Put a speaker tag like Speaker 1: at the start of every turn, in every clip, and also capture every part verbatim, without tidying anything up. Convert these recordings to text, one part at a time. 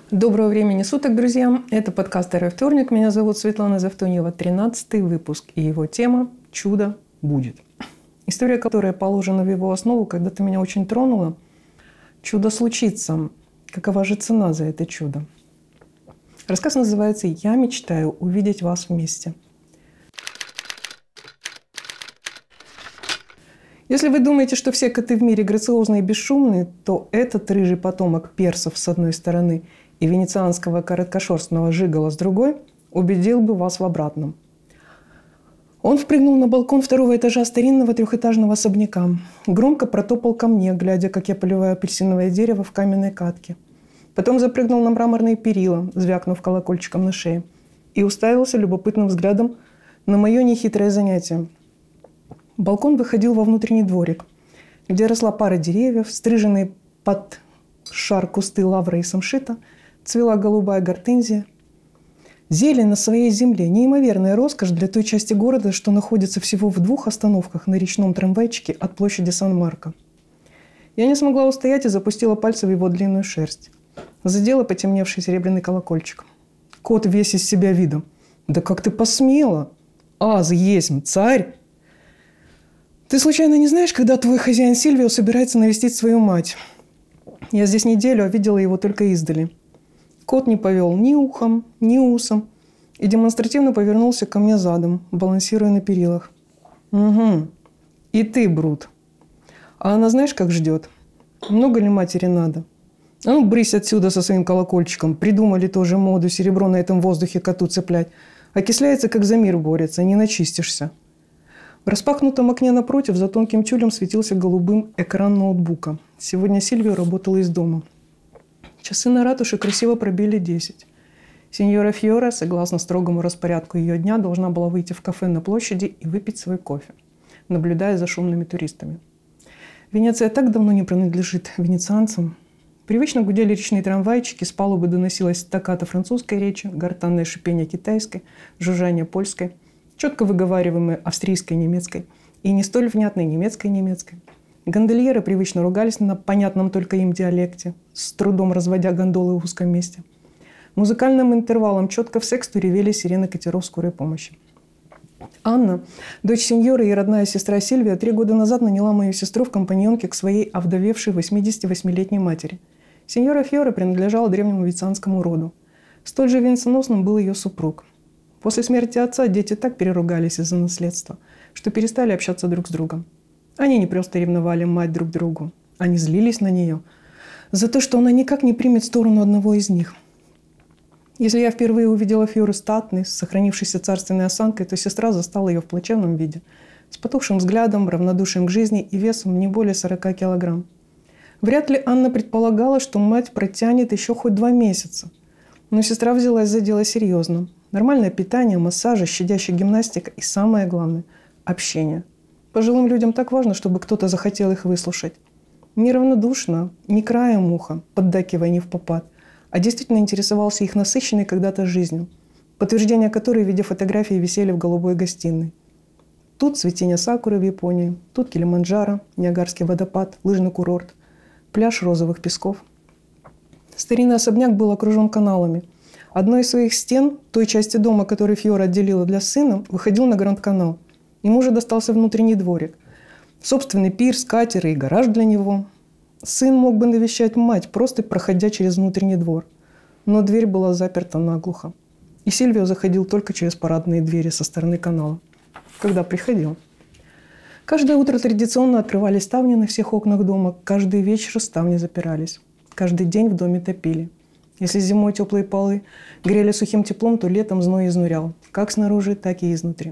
Speaker 1: Доброго времени суток, друзья! Это подкаст «Эрэ Вторник». Меня зовут Светлана Завтоньева. тринадцатый выпуск. И его тема «Чудо будет». История, которая положена в его основу, когда-то меня очень тронула. Чудо случится. Какова же цена за это чудо? Рассказ называется «Я мечтаю увидеть вас вместе». Если вы думаете, что все коты в мире грациозные и бесшумные, то этот рыжий потомок персов с одной стороны и венецианского короткошерстного жигола с другой убедил бы вас в обратном. Он впрыгнул на балкон второго этажа старинного трехэтажного особняка. Громко протопал ко мне, глядя, как я поливаю апельсиновое дерево в каменной катке. Потом запрыгнул на мраморные перила, звякнув колокольчиком на шее, и уставился любопытным взглядом на мое нехитрое занятие. Балкон выходил во внутренний дворик, где росла пара деревьев, стриженные под шар кусты лавра и самшита, цвела голубая гортензия. Зелень на своей земле – неимоверная роскошь для той части города, что находится всего в двух остановках на речном трамвайчике от площади Сан-Марко. Я не смогла устоять и запустила пальцы в его длинную шерсть. Задела потемневший серебряный колокольчик. Кот весь из себя видом. «Да как ты посмела? Аз есмь, царь!» «Ты случайно не знаешь, когда твой хозяин Сильвио собирается навестить свою мать?» Я здесь неделю, а видела его только издали. Кот не повел ни ухом, ни усом и демонстративно повернулся ко мне задом, балансируя на перилах. «Угу. И ты, Брут. А она знаешь, как ждет? Много ли матери надо? А ну, брысь отсюда со своим колокольчиком. Придумали тоже моду серебро на этом воздухе коту цеплять. Окисляется, как за мир борется, не начистишься». В распахнутом окне напротив за тонким тюлем светился голубым экран ноутбука. Сегодня Сильвио работала из дома. Часы на ратуше красиво пробили десять. Синьора Фьора, согласно строгому распорядку ее дня, должна была выйти в кафе на площади и выпить свой кофе, наблюдая за шумными туристами. Венеция так давно не принадлежит венецианцам. Привычно гудели речные трамвайчики, с палубы доносилась стаккато французской речи, гортанное шипение китайской, жужжание польской, четко выговариваемой австрийской немецкой и не столь внятной немецкой-немецкой. Гондольеры привычно ругались на понятном только им диалекте, с трудом разводя гондолы в узком месте. Музыкальным интервалом четко в сексту ревели сирены катеров скорой помощи. Анна, дочь сеньоры и родная сестра Сильвия, три года назад наняла мою сестру в компаньонке к своей овдовевшей восьмидесятивосьмилетней матери. Сеньора Фьора принадлежала древнему венецианскому роду. Столь же венценосным был ее супруг. После смерти отца дети так переругались из-за наследства, что перестали общаться друг с другом. Они не просто ревновали мать друг другу, они злились на нее за то, что она никак не примет сторону одного из них. Если я впервые увидела Фьору статной, с сохранившейся царственной осанкой, то сестра застала ее в плачевном виде, с потухшим взглядом, равнодушием к жизни и весом не более сорока килограмм. Вряд ли Анна предполагала, что мать протянет еще хоть два месяца. Но сестра взялась за дело серьезно. Нормальное питание, массажи, щадящая гимнастика и, самое главное, общение. Пожилым людям так важно, чтобы кто-то захотел их выслушать. Не равнодушно, не краем уха, поддакивая не впопад, а действительно интересовался их насыщенной когда-то жизнью, подтверждение которой в виде фотографий висели в голубой гостиной. Тут цветение сакуры в Японии, тут Килиманджаро, Ниагарский водопад, лыжный курорт, пляж розовых песков. Старинный особняк был окружен каналами. Одной из своих стен, той части дома, которую Фьора отделила для сына, выходил на Гранд-канал. Ему же достался внутренний дворик. Собственный пирс, катеры и гараж для него. Сын мог бы навещать мать, просто проходя через внутренний двор. Но дверь была заперта наглухо. И Сильвио заходил только через парадные двери со стороны канала. Когда приходил. Каждое утро традиционно открывались ставни на всех окнах дома. Каждый вечер ставни запирались. Каждый день в доме топили. Если зимой теплые полы грели сухим теплом, то летом зной изнурял. Как снаружи, так и изнутри.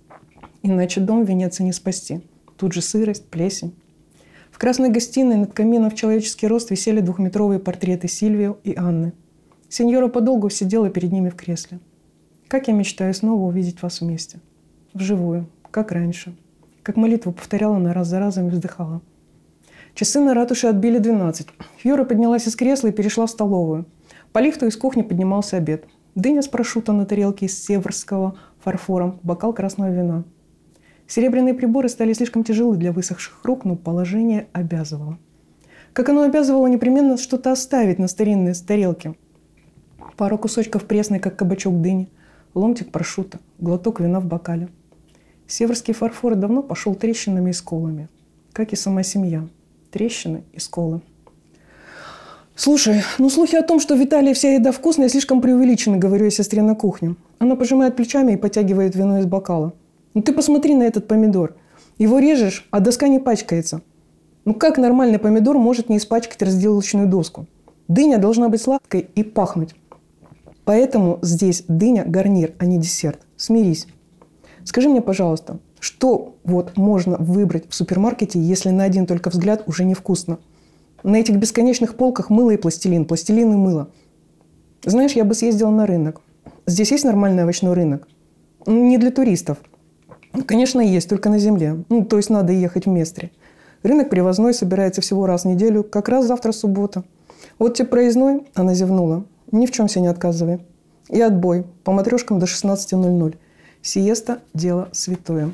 Speaker 1: Иначе дом в Венеции не спасти. Тут же сырость, плесень. В красной гостиной над камином в человеческий рост висели двухметровые портреты Сильвио и Анны. Сеньора подолгу сидела перед ними в кресле. Как я мечтаю снова увидеть вас вместе. Вживую, как раньше. Как молитву повторяла она раз за разом и вздыхала. Часы на ратуше отбили двенадцать. Фьора поднялась из кресла и перешла в столовую. По лифту из кухни поднимался обед. Дыня с прошутто на тарелке из северского фарфора, бокал красного вина. Серебряные приборы стали слишком тяжелы для высохших рук, но положение обязывало. Как оно обязывало непременно что-то оставить на старинной тарелке. Пару кусочков пресной, как кабачок дыни, ломтик прошутто, глоток вина в бокале. Северский фарфор давно пошел трещинами и сколами, как и сама семья. Трещины и сколы. Слушай, ну слухи о том, что в Италии вся еда вкусная, слишком преувеличены, говорю я сестре на кухне. Она пожимает плечами и потягивает вино из бокала. Ну ты посмотри на этот помидор. Его режешь, а доска не пачкается. Ну как нормальный помидор может не испачкать разделочную доску? Дыня должна быть сладкой и пахнуть. Поэтому здесь дыня гарнир, а не десерт. Смирись. Скажи мне, пожалуйста, что вот можно выбрать в супермаркете, если на один только взгляд уже невкусно? На этих бесконечных полках мыло и пластилин, пластилин и мыло. Знаешь, я бы съездила на рынок. Здесь есть нормальный овощной рынок? Не для туристов. Конечно, есть, только на земле. Ну, то есть надо ехать в Местре. Рынок привозной собирается всего раз в неделю, как раз завтра суббота. Вот тебе проездной, она зевнула. Ни в чем себе не отказывай. И отбой. По матрешкам до шестнадцати ноль-ноль. Сиеста – дело святое.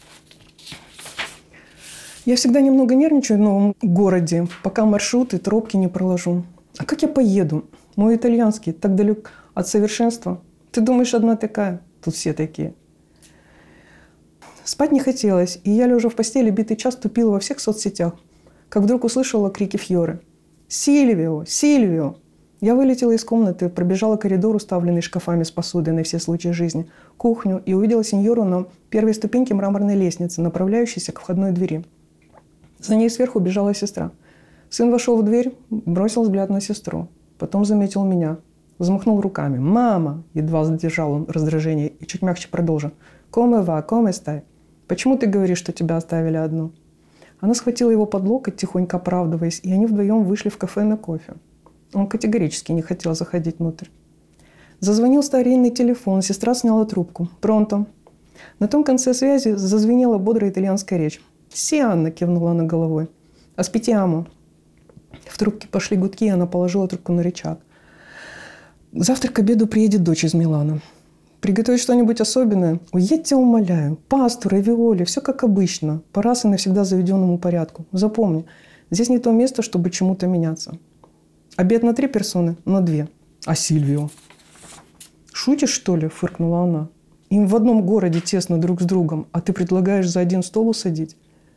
Speaker 1: Я всегда немного нервничаю в новом городе, пока маршруты, тропки не проложу. А как я поеду? Мой итальянский так далек от совершенства. Ты думаешь, одна такая? Тут все такие. Спать не хотелось, и я, лежа в постели, битый час тупила во всех соцсетях, как вдруг услышала крики Фьоры. «Сильвио! Сильвио!» Я вылетела из комнаты, пробежала коридор, уставленный шкафами с посудой на все случаи жизни, кухню, и увидела сеньору на первой ступеньке мраморной лестницы, направляющейся к входной двери. За ней сверху бежала сестра. Сын вошел в дверь, бросил взгляд на сестру. Потом заметил меня. Взмахнул руками. «Мама!» Едва задержал он раздражение и чуть мягче продолжил. «Коме ва, коме стай? Почему ты говоришь, что тебя оставили одну?» Она схватила его под локоть, тихонько оправдываясь, и они вдвоем вышли в кафе на кофе. Он категорически не хотел заходить внутрь. Зазвонил старинный телефон, сестра сняла трубку. «Пронто». На том конце связи зазвенела бодрая итальянская речь. «Си, Анна», – кивнула она головой. «Аспетиамо». В трубке пошли гудки, и она положила трубку на рычаг. «Завтра к обеду приедет дочь из Милана. Приготовить что-нибудь особенное? Ой, я тебя умоляю. Пасту, равиоли, все как обычно. По раз и навсегда заведенному порядку. Запомни, здесь не то место, чтобы чему-то меняться. Обед на три персоны, на две. А Сильвио?» «Шутишь, что ли?» – фыркнула она. «Им в одном городе тесно друг с другом, а ты предлагаешь за один стол усадить?»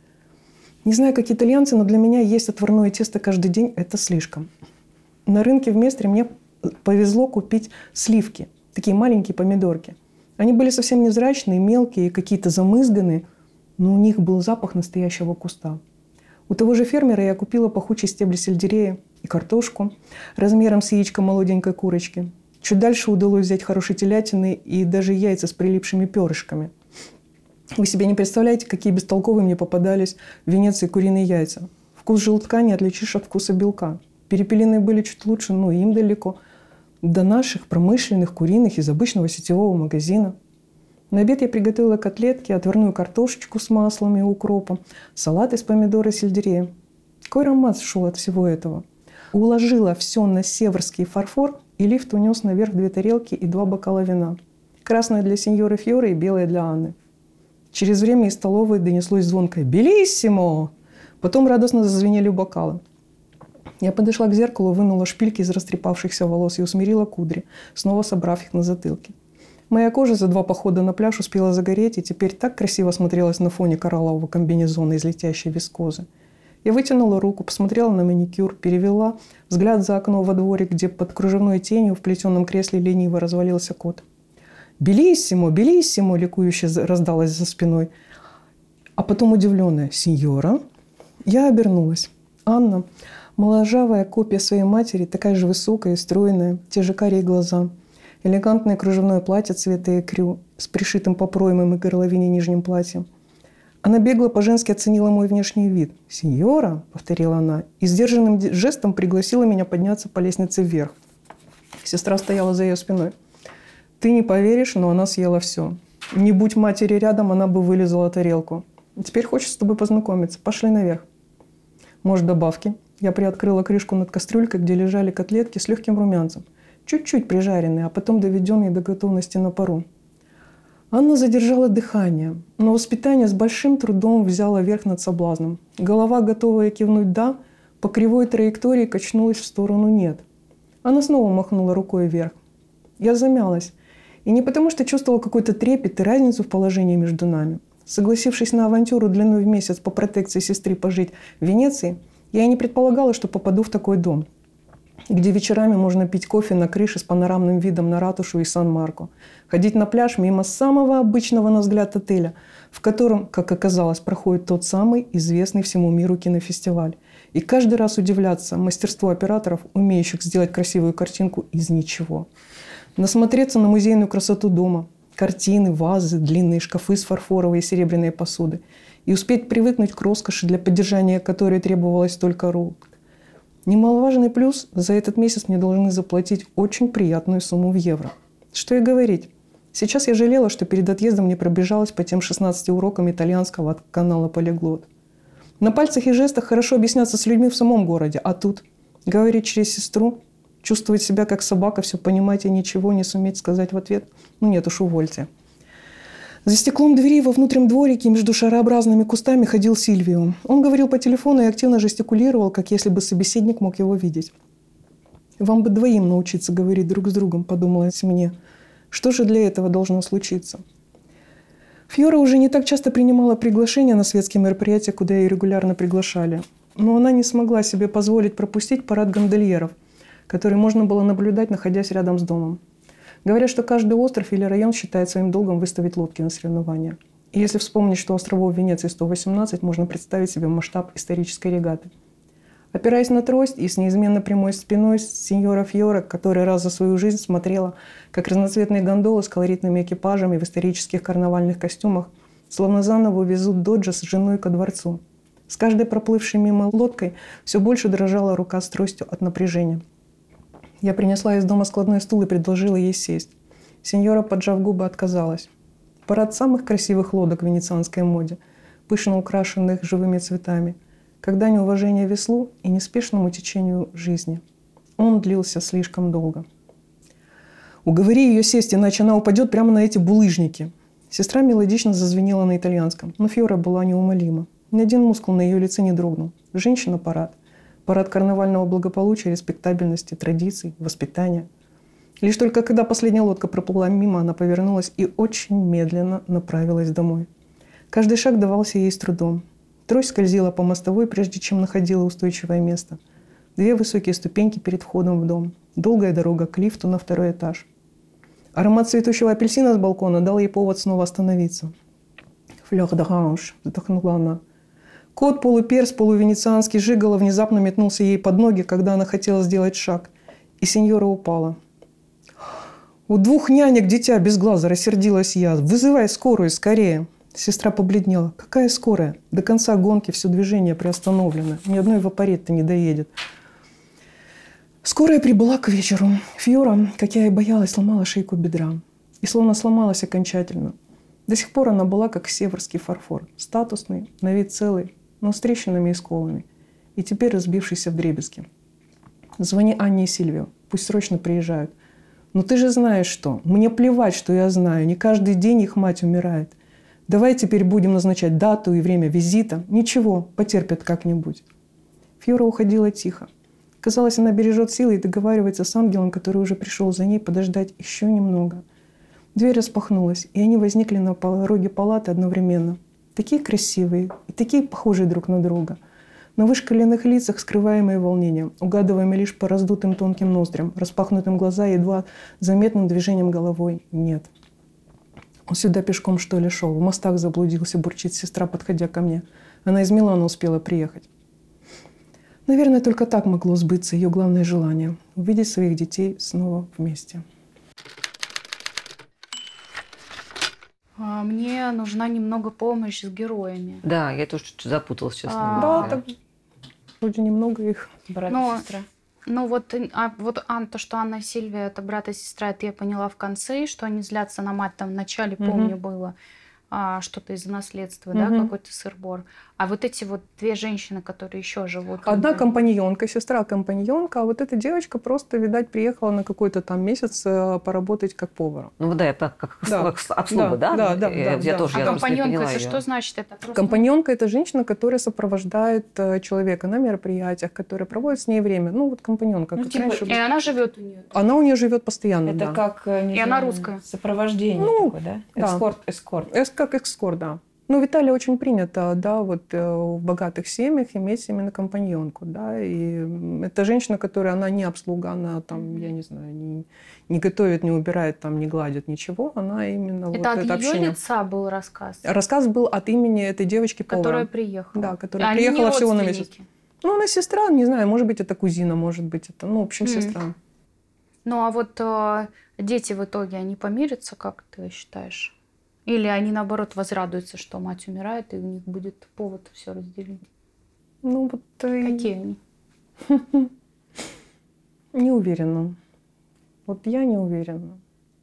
Speaker 1: Не знаю, как итальянцы, но для меня есть отварное тесто каждый день – это слишком. На рынке в Местре мне повезло купить сливки, такие маленькие помидорки. Они были совсем невзрачные, мелкие, какие-то замызганные, но у них был запах настоящего куста. У того же фермера я купила пахучие стебли сельдерея и картошку размером с яичко молоденькой курочки. Чуть дальше удалось взять хорошей телятины и даже яйца с прилипшими перышками. Вы себе не представляете, какие бестолковые мне попадались в Венеции куриные яйца. Вкус желтка не отличишь от вкуса белка. Перепелиные были чуть лучше, но им далеко. До наших промышленных куриных из обычного сетевого магазина. На обед я приготовила котлетки, отварную картошечку с маслом и укропом, салат из помидора и сельдерея. Какой аромат шел от всего этого. Уложила все на северский фарфор, и лифт унес наверх две тарелки и два бокала вина. Красное для сеньоры Фьоры и белое для Анны. Через время из столовой донеслось звонкое «Белиссимо!». Потом радостно зазвенели бокалы. Я подошла к зеркалу, вынула шпильки из растрепавшихся волос и усмирила кудри, снова собрав их на затылке. Моя кожа за два похода на пляж успела загореть и теперь так красиво смотрелась на фоне кораллового комбинезона из летящей вискозы. Я вытянула руку, посмотрела на маникюр, перевела взгляд за окно во дворе, где под кружевной тенью в плетеном кресле лениво развалился кот. «Белиссимо! Белиссимо!» – ликующе раздалось за спиной. А потом удивленная: «Сеньора?» Я обернулась. Анна, моложавая копия своей матери, такая же высокая и стройная, те же карие глаза, элегантное кружевное платье цвета экрю с пришитым по проймам и горловине нижним платьем. Она бегло по-женски оценила мой внешний вид. «Сеньора?» – повторила она и сдержанным жестом пригласила меня подняться по лестнице вверх. Сестра стояла за ее спиной. Ты не поверишь, но она съела все. Не будь матери рядом, она бы вылизала тарелку. Теперь хочет с тобой познакомиться. Пошли наверх. Может, добавки? Я приоткрыла крышку над кастрюлькой, где лежали котлетки с легким румянцем. Чуть-чуть прижаренные, а потом доведенные до готовности на пару. Анна задержала дыхание, но воспитание с большим трудом взяло верх над соблазном. Голова, готовая кивнуть «да», по кривой траектории качнулась в сторону «нет». Она снова махнула рукой вверх. Я замялась. И не потому, что чувствовала какой-то трепет и разницу в положении между нами. Согласившись на авантюру длиной в месяц по протекции сестры пожить в Венеции, я и не предполагала, что попаду в такой дом, где вечерами можно пить кофе на крыше с панорамным видом на ратушу и Сан-Марко, ходить на пляж мимо самого обычного на взгляд отеля, в котором, как оказалось, проходит тот самый известный всему миру кинофестиваль. И каждый раз удивляться мастерству операторов, умеющих сделать красивую картинку из ничего. Насмотреться на музейную красоту дома, картины, вазы, длинные шкафы с фарфоровой и серебряной посуды. И успеть привыкнуть к роскоши, для поддержания которой требовалось только рук. Немаловажный плюс – за этот месяц мне должны заплатить очень приятную сумму в евро. Что и говорить. Сейчас я жалела, что перед отъездом не пробежалась по тем шестнадцати урокам итальянского от канала «Полиглот». На пальцах и жестах хорошо объясняться с людьми в самом городе, а тут говорить через сестру, чувствовать себя как собака, все понимать и ничего не суметь сказать в ответ. Ну нет уж, увольте. За стеклом двери во внутреннем дворике между шарообразными кустами ходил Сильвио. Он говорил по телефону и активно жестикулировал, как если бы собеседник мог его видеть. «Вам бы двоим научиться говорить друг с другом», – подумалось мне. Что же для этого должно случиться? Фьора уже не так часто принимала приглашения на светские мероприятия, куда ее регулярно приглашали. Но она не смогла себе позволить пропустить парад гондольеров, который можно было наблюдать, находясь рядом с домом. Говорят, что каждый остров или район считает своим долгом выставить лодки на соревнования. И если вспомнить, что островов в Венеции сто восемнадцать, можно представить себе масштаб исторической регаты. Опираясь на трость и с неизменно прямой спиной сеньора Фьора, которая раз за свою жизнь смотрела, как разноцветные гондолы с колоритными экипажами в исторических карнавальных костюмах словно заново везут доджа с женой ко дворцу. С каждой проплывшей мимо лодкой все больше дрожала рука с тростью от напряжения. Я принесла из дома складной стул и предложила ей сесть. Сеньора, поджав губы, отказалась. Парад самых красивых лодок в венецианской моде, пышно украшенных живыми цветами, как дань уважения веслу и неспешному течению жизни. Он длился слишком долго. «Уговори ее сесть, иначе она упадет прямо на эти булыжники». Сестра мелодично зазвенела на итальянском, но Фьора была неумолима. Ни один мускул на ее лице не дрогнул. Женщина – парад. Парад карнавального благополучия, респектабельности, традиций, воспитания. Лишь только когда последняя лодка проплыла мимо, она повернулась и очень медленно направилась домой. Каждый шаг давался ей с трудом. Трость скользила по мостовой, прежде чем находила устойчивое место. Две высокие ступеньки перед входом в дом. Долгая дорога к лифту на второй этаж. Аромат цветущего апельсина с балкона дал ей повод снова остановиться. «Флёр д'оранж», – вздохнула она. Кот, полуперс, полувенецианский жиголо внезапно метнулся ей под ноги, когда она хотела сделать шаг. И сеньора упала. «У двух нянек дитя без глаза», – рассердилась я. «Вызывай скорую, скорее». Сестра побледнела. «Какая скорая? До конца гонки все движение приостановлено. Ни одной вапорет-то не доедет». Скорая прибыла к вечеру. Фьора, как я и боялась, сломала шейку бедра. И словно сломалась окончательно. До сих пор она была как северский фарфор. Статусный, на вид целый, но с трещинами и сколами. И теперь разбившийся вдребезги. «Звони Анне и Сильвио. Пусть срочно приезжают». «Но ты же знаешь что. Мне плевать, что я знаю. Не каждый день их мать умирает. Давай теперь будем назначать дату и время визита. Ничего, потерпят как-нибудь». Фьора уходила тихо. Казалось, она бережет силы и договаривается с ангелом, который уже пришел за ней, подождать еще немного. Дверь распахнулась, и они возникли на пороге палаты одновременно. Такие красивые и такие похожие друг на друга. На вышкаленных лицах скрываемые волнением, угадываемые лишь по раздутым тонким ноздрям, распахнутым глаза и едва заметным движением головой. Нет. «Он сюда пешком, что ли, шел? В мостах заблудился», – бурчит сестра, подходя ко мне. Она из Милана успела приехать. Наверное, только так могло сбыться ее главное желание – увидеть своих детей снова вместе.
Speaker 2: Мне нужна немного помощи с героями.
Speaker 3: Да, я тоже чуть-чуть запуталась, честно
Speaker 2: А,
Speaker 3: говоря.
Speaker 1: Да, так вроде немного их.
Speaker 4: Брат
Speaker 2: Но-
Speaker 4: и сестра.
Speaker 2: Ну вот, а, вот Ан, то, что Анна и Сильвия – это брат и сестра, это я поняла в конце, что они злятся на мать, там в начале,
Speaker 1: Мгм.
Speaker 2: помню, было. а, что-то из наследства,
Speaker 1: Мгм.
Speaker 2: да, какой-то сыр-бор. А вот эти вот две женщины, которые еще живут.
Speaker 1: Одна
Speaker 2: как бы,
Speaker 1: компаньонка, сестра компаньонка, а вот эта девочка просто, видать, приехала на какой-то там месяц э, поработать как поваром.
Speaker 3: Ну вот да, я так, как,
Speaker 1: Да.
Speaker 3: как обслуга, да?
Speaker 1: Да, да,
Speaker 3: я,
Speaker 1: да,
Speaker 3: я
Speaker 1: да.
Speaker 3: тоже,
Speaker 2: А
Speaker 3: я просто не
Speaker 2: компаньонка
Speaker 3: поняла
Speaker 2: это
Speaker 3: её.
Speaker 2: что значит? Это просто...
Speaker 1: Компаньонка – это женщина, которая сопровождает э, человека на мероприятиях, которая проводит с ней время. Ну, вот компаньонка.
Speaker 4: Ну,
Speaker 1: как
Speaker 4: типа,
Speaker 1: раньше
Speaker 2: И
Speaker 1: было.
Speaker 2: она живет у нее.
Speaker 1: Она у нее живет постоянно,
Speaker 4: Это
Speaker 1: да.
Speaker 4: как, э, не
Speaker 2: И она
Speaker 4: знаю,
Speaker 2: русская.
Speaker 4: сопровождение
Speaker 1: Ну,
Speaker 4: такое, да?
Speaker 1: да.
Speaker 4: Эскорт, эскорт.
Speaker 1: Эс- Как экскорт, да. Ну, в Италии очень принято, да, вот э, в богатых семьях иметь именно компаньонку, да, и м, это женщина, которая, она не обслуга, она там, я не знаю, не, не готовит, не убирает, там, не гладит, ничего, она именно
Speaker 2: Это
Speaker 1: вот
Speaker 2: от
Speaker 1: это
Speaker 2: ее
Speaker 1: общение.
Speaker 2: лица был рассказ,
Speaker 1: Рассказ был от имени этой девочки-повара.
Speaker 2: которая приехала.
Speaker 1: Да, которая
Speaker 2: И они не
Speaker 1: приехала всего на месяц.
Speaker 2: родственники.
Speaker 1: Ну, она сестра, не знаю, может быть, это кузина, может быть, это, ну, в общем,
Speaker 2: Мгм.
Speaker 1: сестра.
Speaker 2: Ну а вот э, дети в итоге, они помирятся, как ты считаешь? Или они, наоборот, возрадуются, что мать умирает, и у них будет повод все разделить?
Speaker 1: Ну, вот... э,
Speaker 2: Какие они?
Speaker 1: Не уверена. Вот я не уверена.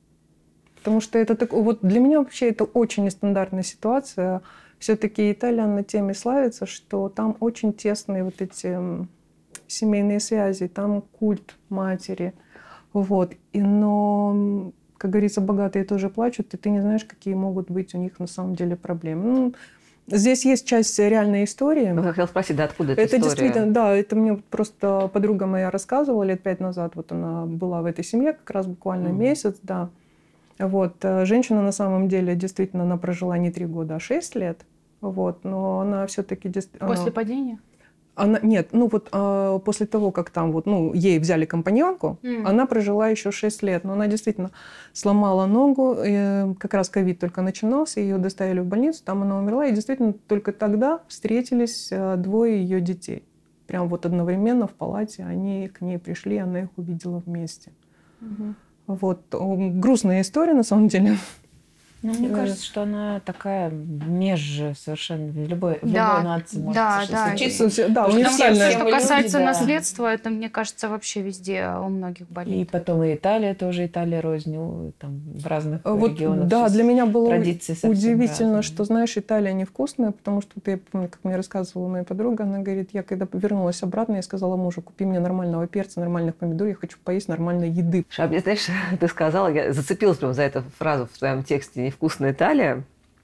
Speaker 1: Потому что это так, вот для меня вообще это очень нестандартная ситуация. Все-таки Италия на теме славится, что там очень тесные вот эти м, семейные связи, там культ матери. Вот. И, но, м, как говорится, богатые тоже плачут, и ты не знаешь, какие могут быть у них на самом деле проблемы. Ну, здесь есть часть реальной истории.
Speaker 3: Ну, я хотела спросить, да, откуда эта
Speaker 1: Это
Speaker 3: история?
Speaker 1: действительно, да, это мне вот просто подруга моя рассказывала лет пять назад. Вот она была в этой семье как раз буквально
Speaker 3: Мгм.
Speaker 1: месяц, да. Вот. э, Женщина на самом деле действительно, она прожила не три года, а шесть лет. Вот. Но она все-таки...
Speaker 2: После падения?
Speaker 1: Она, нет, ну вот а, после того, как там вот, ну, ей взяли компаньонку,
Speaker 2: М.
Speaker 1: она прожила еще шесть лет. Но она действительно сломала ногу, э, как раз ковид только начинался, ее доставили в больницу, там она умерла. И действительно только тогда встретились э, двое ее детей. Прям вот одновременно в палате они к ней пришли, она их увидела вместе.
Speaker 2: Мгм.
Speaker 1: Вот. О, грустная история на самом деле.
Speaker 4: Ну, мне
Speaker 1: Э,
Speaker 4: кажется, что она такая меж совершенно в любой, в
Speaker 2: Да,
Speaker 4: любой нации может
Speaker 2: да,
Speaker 4: что-то
Speaker 2: да.
Speaker 4: случиться.
Speaker 1: Да,
Speaker 2: Потому что
Speaker 1: универсальная.
Speaker 2: все, что
Speaker 4: Все мы
Speaker 2: касается
Speaker 4: люди, да.
Speaker 2: наследства, это, мне кажется, вообще везде у многих
Speaker 4: И
Speaker 2: болит.
Speaker 4: потом и Италия тоже, Италия рознь, ну, там в разных
Speaker 1: Вот,
Speaker 4: регионах.
Speaker 1: да,
Speaker 4: сейчас
Speaker 1: для меня было
Speaker 4: традиции совсем
Speaker 1: удивительно,
Speaker 4: разные.
Speaker 1: что, знаешь, Италия невкусная, потому что, вот я помню, как мне рассказывала моя подруга, она говорит, я когда вернулась обратно, я сказала мужу, купи мне нормального перца, нормальных помидор, я хочу поесть нормальной еды.
Speaker 3: А мне, знаешь, ты сказала, я зацепилась прям за эту фразу в твоем тексте «невкусная Италия».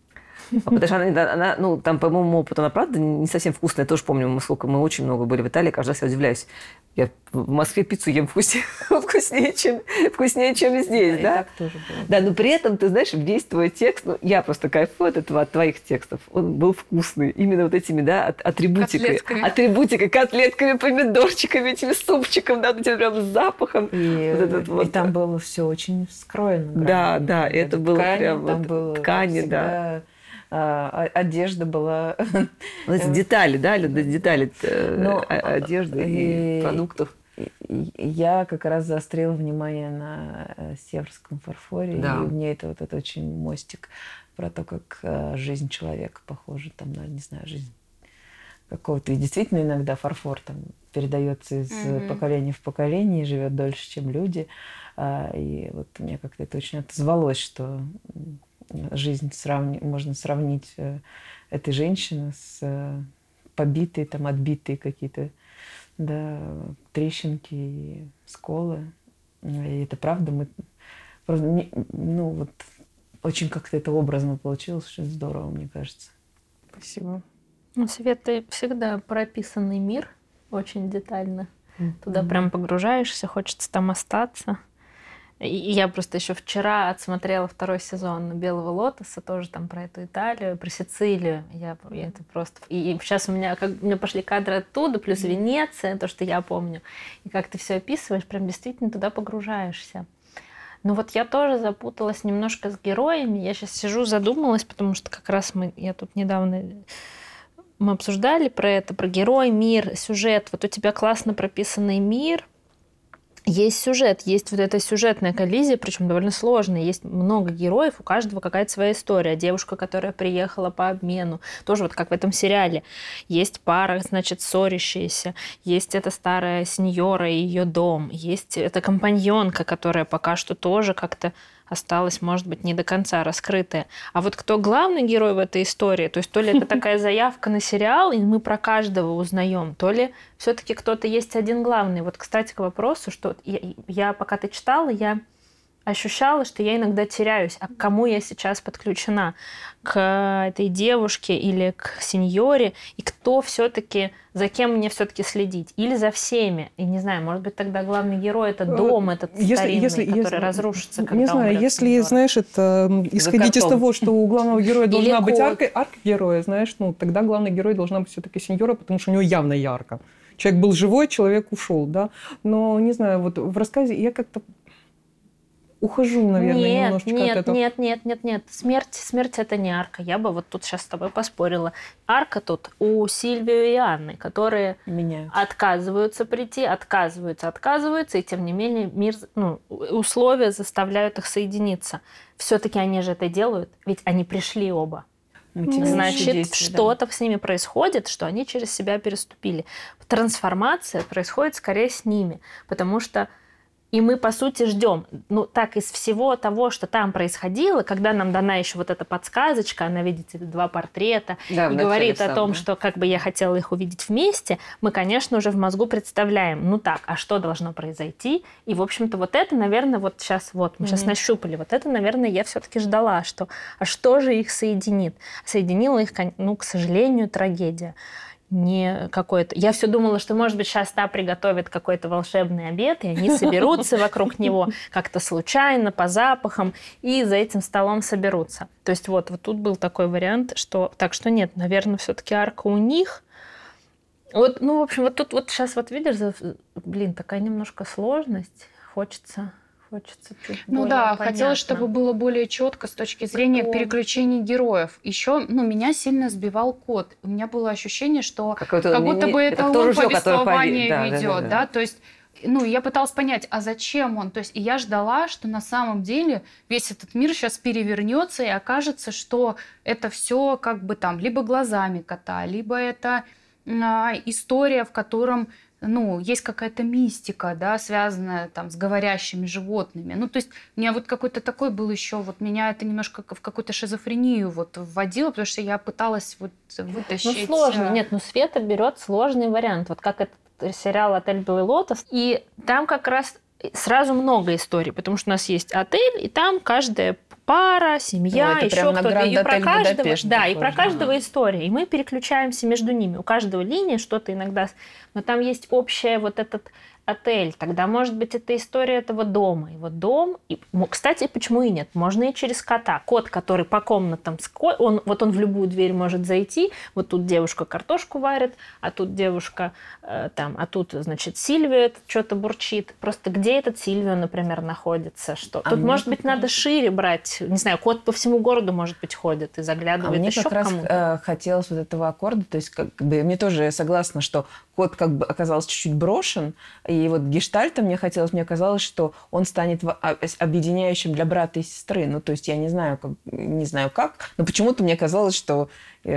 Speaker 3: А потому что она, она, ну, там, по моему опыту, она, правда, не совсем вкусная. Я тоже помню, мы, сколько мы очень много были в Италии, каждый раз я удивляюсь. Я в Москве пиццу ем вкуснее, вкуснее, чем, вкуснее, чем здесь,
Speaker 4: И
Speaker 3: да?
Speaker 4: так тоже было.
Speaker 3: Да, но при этом, ты знаешь, весь твой текст, ну, я просто кайфую от этого, от твоих текстов, он был вкусный. Именно вот этими, да, от- атрибутикой.
Speaker 2: Котлетками.
Speaker 3: Атрибутикой, котлетками, помидорчиками, этими супчиком, да, вот этим прям запахом.
Speaker 4: И,
Speaker 3: Вот этот
Speaker 4: и
Speaker 3: вот.
Speaker 4: там было все очень скроено.
Speaker 3: Да,
Speaker 4: грамотно.
Speaker 3: да, это
Speaker 4: Даже
Speaker 3: было
Speaker 4: ткани,
Speaker 3: прям
Speaker 4: там
Speaker 3: вот
Speaker 4: было
Speaker 3: ткани,
Speaker 4: всегда,
Speaker 3: да.
Speaker 4: а, о- одежда была.
Speaker 3: Вот эти детали, да, Люда, детали э,
Speaker 4: Но,
Speaker 3: о- одежды и
Speaker 4: и-
Speaker 3: продуктов.
Speaker 4: И Я как раз заострила внимание на э, северском фарфоре,
Speaker 3: Да.
Speaker 4: и мне это вот это очень мостик про то, как э, жизнь человека похожа там на, не знаю, жизнь какого-то. И действительно иногда фарфор там передается из э,
Speaker 2: Мгм.
Speaker 4: поколения в поколение и живет дольше, чем люди. А, И вот мне как-то это очень отозвалось, что м, жизнь сравни- можно сравнить э, этой женщины с э, побитые, там, отбитые какие-то, да, трещинки и сколы. И это правда. Мы просто, не- ну, вот очень как-то это образно получилось, очень здорово, мне кажется.
Speaker 1: Спасибо.
Speaker 5: У Светы всегда прописанный мир очень детально. Туда
Speaker 1: Мгм.
Speaker 5: прям погружаешься, хочется там остаться. И и я просто еще вчера отсмотрела второй сезон «Белого лотоса», тоже там про эту Италию, про Сицилию. Я, я это просто... И, и сейчас у меня, как, у меня пошли кадры оттуда, плюс Венеция, то, что я помню. И как ты все описываешь, прям действительно туда погружаешься. Но вот я тоже запуталась немножко с героями. Я сейчас сижу, задумалась, потому что как раз мы, я тут недавно... Мы обсуждали про это, про герой, мир, сюжет. Вот у тебя классно прописанный мир, есть сюжет, есть вот эта сюжетная коллизия, причем довольно сложная. Есть много героев, у каждого какая-то своя история. Девушка, которая приехала по обмену, тоже вот как в этом сериале. Есть пара, значит, ссорящаяся. Есть эта старая сеньора и ее дом. Есть эта компаньонка, которая пока что тоже как-то осталось, может быть, не до конца раскрытое. А вот кто главный герой в этой истории, то есть то ли это такая заявка на сериал, и мы про каждого узнаем, то ли все-таки кто-то есть один главный. Вот, кстати, к вопросу, что я, я пока ты читала, я ощущала, что я иногда теряюсь. А к кому я сейчас подключена? К этой девушке или к сеньоре? И кто все-таки, за кем мне все-таки следить? Или за всеми? И не знаю, может быть, тогда главный герой — это дом этот
Speaker 1: если,
Speaker 5: старинный,
Speaker 1: если,
Speaker 5: который
Speaker 1: если,
Speaker 5: разрушится, когда
Speaker 1: не знаю,
Speaker 5: умрет
Speaker 1: если,
Speaker 5: сеньор.
Speaker 1: знаешь, это исходить из того, что у главного героя должна быть
Speaker 5: кот.
Speaker 1: арка, арка героя, знаешь, ну, тогда главный герой должна быть все-таки сеньора, потому что у него явно ярко. Человек был живой, человек ушел, да. Но, не знаю, вот в рассказе я как-то ухожу, наверное,
Speaker 5: нет,
Speaker 1: немножечко
Speaker 5: нет,
Speaker 1: от этого.
Speaker 5: Нет, нет, нет, нет. Смерть, смерть это не арка. Я бы вот тут сейчас с тобой поспорила. Арка тут у Сильвио и Анны, которые
Speaker 4: Меняются.
Speaker 5: отказываются прийти, отказываются, отказываются, и тем не менее мир, ну, условия заставляют их соединиться. Все-таки они же это делают, ведь они пришли оба. Значит,
Speaker 4: действия,
Speaker 5: что-то
Speaker 4: да.
Speaker 5: с ними происходит, что они через себя переступили. Трансформация происходит скорее с ними, потому что и мы, по сути, ждем. Ну, так, из всего того, что там происходило, когда нам дана еще вот эта подсказочка, она видит эти два портрета
Speaker 3: Да,
Speaker 5: и говорит
Speaker 3: самом,
Speaker 5: о том,
Speaker 3: да.
Speaker 5: что как бы я хотела их увидеть вместе, мы, конечно, уже в мозгу представляем, ну так, а что должно произойти? И, в общем-то, вот это, наверное, вот сейчас, вот, мы mm-hmm. сейчас нащупали, вот это, наверное, я все-таки ждала, что, а что же их соединит? Соединила их, ну, к сожалению, трагедия. Не какой-то... Я все думала, что, может быть, сейчас та приготовит какой-то волшебный обед, и они соберутся вокруг него как-то случайно, по запахам, и за этим столом соберутся. То есть вот, вот тут был такой вариант, что... Так что нет, наверное, все-таки арка у них. Вот, ну, в общем, вот тут вот сейчас вот видишь, блин, такая немножко сложность. Хочется... Хочется чуть
Speaker 2: ну
Speaker 5: более
Speaker 2: да,
Speaker 5: понятно.
Speaker 2: хотелось, чтобы было более четко с точки зрения
Speaker 5: Кто?
Speaker 2: переключений героев. Еще, ну, меня сильно сбивал код. У меня было ощущение, что
Speaker 3: Какой-то
Speaker 2: как будто
Speaker 3: не-
Speaker 2: бы
Speaker 3: это
Speaker 2: это
Speaker 3: кто
Speaker 2: он
Speaker 3: ружье, которое
Speaker 2: повествование
Speaker 3: пови- да, да,
Speaker 2: ведет,
Speaker 3: да,
Speaker 2: да,
Speaker 3: да.
Speaker 2: то есть, ну, я пыталась понять, а зачем он? То есть, и я ждала, что на самом деле весь этот мир сейчас перевернется и окажется, что это все как бы там либо глазами кота, либо это а, история, в котором ну, есть какая-то мистика, да, связанная там с говорящими животными. Ну, то есть у меня вот какой-то такой был еще, вот меня это немножко в какую-то шизофрению вот вводило, потому что я пыталась вот вытащить...
Speaker 5: Ну, сложно. Нет, ну, Света берет сложный вариант. Вот как этот сериал «Отель Белый лотос». И там как раз сразу много историй, потому что у нас есть отель, и там каждая пара, семья,
Speaker 4: Ну, это
Speaker 5: еще
Speaker 4: прям на
Speaker 5: кто-то.
Speaker 4: Гранд
Speaker 5: И про
Speaker 4: Отель
Speaker 5: каждого,
Speaker 4: Будапешт
Speaker 5: да, и
Speaker 4: похоже,
Speaker 5: про каждого
Speaker 4: да.
Speaker 5: история. И мы переключаемся между ними. У каждого линия что-то иногда... Но там есть общая вот этот отель. Тогда, может быть, это история этого дома. И вот дом... И, кстати, почему и нет? Можно и через кота. Кот, который по комнатам... Он, вот он в любую дверь может зайти. Вот тут девушка картошку варит, а тут девушка... Э, там, а тут, значит, Сильвио что-то бурчит. Просто где этот Сильвио, например, находится? Что?
Speaker 4: А
Speaker 5: Тут,
Speaker 4: мне
Speaker 5: может быть,
Speaker 4: как
Speaker 5: надо
Speaker 4: раз-
Speaker 5: шире брать. Не знаю, кот по всему городу, может быть, ходит и
Speaker 4: А
Speaker 5: заглядывает
Speaker 4: мне
Speaker 5: еще
Speaker 4: как
Speaker 5: к
Speaker 4: раз
Speaker 5: кому-то.
Speaker 4: э, хотелось вот этого аккорда, то есть как бы мне тоже я согласна, что кот как бы оказался чуть-чуть брошен, и вот гештальта мне хотелось, мне казалось, что он станет в- а- объединяющим для брата и сестры. Ну, то есть я не знаю, как, не знаю как, но почему-то мне казалось, что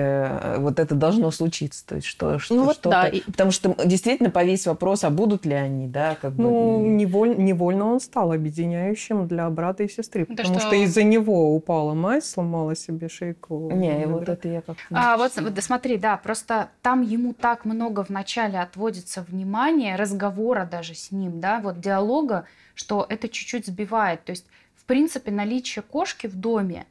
Speaker 4: э, вот это должно случиться, то есть что, что
Speaker 5: Ну вот
Speaker 4: что-то,
Speaker 5: да, и-
Speaker 4: потому что действительно повесь вопрос, а будут ли они, да, как бы.
Speaker 1: Ну, неволь- невольно он стал объединяющим для брата и сестры,
Speaker 2: Да
Speaker 1: потому
Speaker 2: что-
Speaker 1: что из-за него упала мать, сломала себе шейку.
Speaker 4: Не, и вот
Speaker 1: бедра.
Speaker 4: это я как-то...
Speaker 2: А, вот, вот, да, смотри, да, просто там ему так много вначале отводится внимания, разговора даже с ним, да, вот диалога, что это чуть-чуть сбивает. То есть, в принципе, наличие кошки в доме,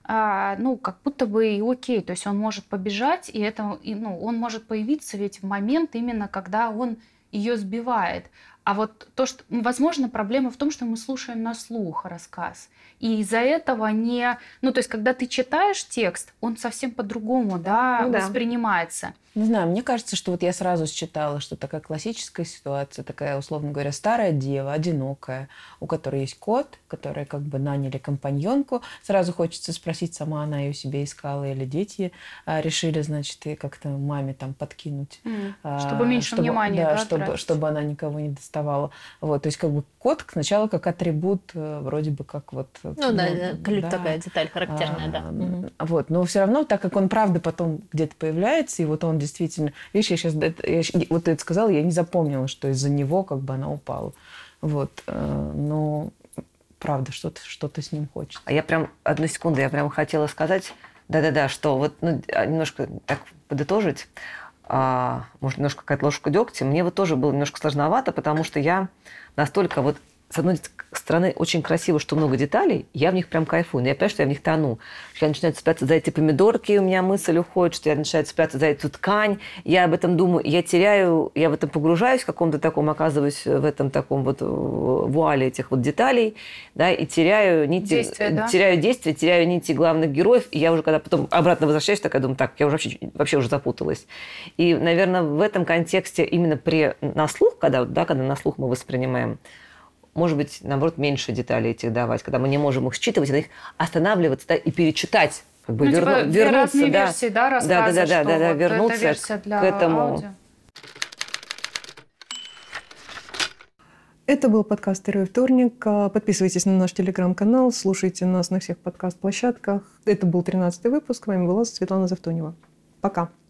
Speaker 2: а, ну, как будто бы и окей. То есть он может побежать, и это, и, ну, он может появиться ведь в момент именно, когда он ее сбивает. А вот то, что, возможно, проблема в том, что мы слушаем на слух рассказ. И из-за этого не... Ну, то есть, когда ты читаешь текст, он совсем по-другому, да,
Speaker 3: Ну да.
Speaker 2: воспринимается.
Speaker 4: Не знаю, мне кажется, что вот я сразу считала, что такая классическая ситуация, такая, условно говоря, старая дева, одинокая, у которой есть кот, которой как бы наняли компаньонку. Сразу хочется спросить, сама она ее себе искала или дети а, решили, значит, и как-то маме там подкинуть.
Speaker 2: М,
Speaker 4: а,
Speaker 2: Чтобы меньше внимания,
Speaker 4: да,
Speaker 2: да,
Speaker 4: чтобы,
Speaker 2: тратить.
Speaker 4: чтобы она никого не доставала. Вот, то есть как бы кот сначала как атрибут, э, вроде бы как вот...
Speaker 5: Ну да, да, ключ такая деталь характерная, да.
Speaker 4: А,
Speaker 5: Мгм.
Speaker 4: Вот, но все равно, так как он правда потом где-то появляется, и вот он действительно, видишь, я сейчас, я, щ- вот ты это сказала, я не запомнила, что из-за него как бы она упала. Вот, э, но правда что-то, что-то с ним хочет.
Speaker 3: А я прям, одну секунду, я прям хотела сказать, да-да-да, что вот ну, немножко так подытожить, а, может, немножко какая-то ложка дегтя, мне вот тоже было немножко сложновато, потому что я настолько вот с одной стороны, очень красиво, что много деталей, я в них прям кайфую, но я понимаю, что я в них тону. Что я начинаю цепляться за эти помидорки, у меня мысль уходит, что я начинаю цепляться за эту ткань, я об этом думаю, я теряю, я в этом погружаюсь, в каком-то таком, оказываюсь в этом таком вот вуале этих вот деталей, да, и теряю нити,
Speaker 2: действие, да?
Speaker 3: теряю действия, теряю нити главных героев, и я уже когда потом обратно возвращаюсь, такая думаю, так, я уже вообще, вообще уже запуталась. И, наверное, в этом контексте именно при, на слух, когда, да, когда на слух мы воспринимаем, может быть, наоборот, меньше деталей этих давать, когда мы не можем их считывать, на них останавливаться, да, и перечитать. Как бы
Speaker 2: Ну,
Speaker 3: верну,
Speaker 2: типа,
Speaker 3: вернуться,
Speaker 2: разные
Speaker 3: да,
Speaker 2: версии, да, рассказа,
Speaker 3: да, да, да,
Speaker 2: что
Speaker 3: да, да,
Speaker 2: вот
Speaker 3: вернуться
Speaker 2: эта версия для
Speaker 3: к этому.
Speaker 2: аудио.
Speaker 1: Это был подкаст «Второй вторник». Подписывайтесь на наш телеграм-канал, слушайте нас на всех подкаст-площадках. Это был тринадцатый выпуск. С вами была Светлана Завтонева. Пока.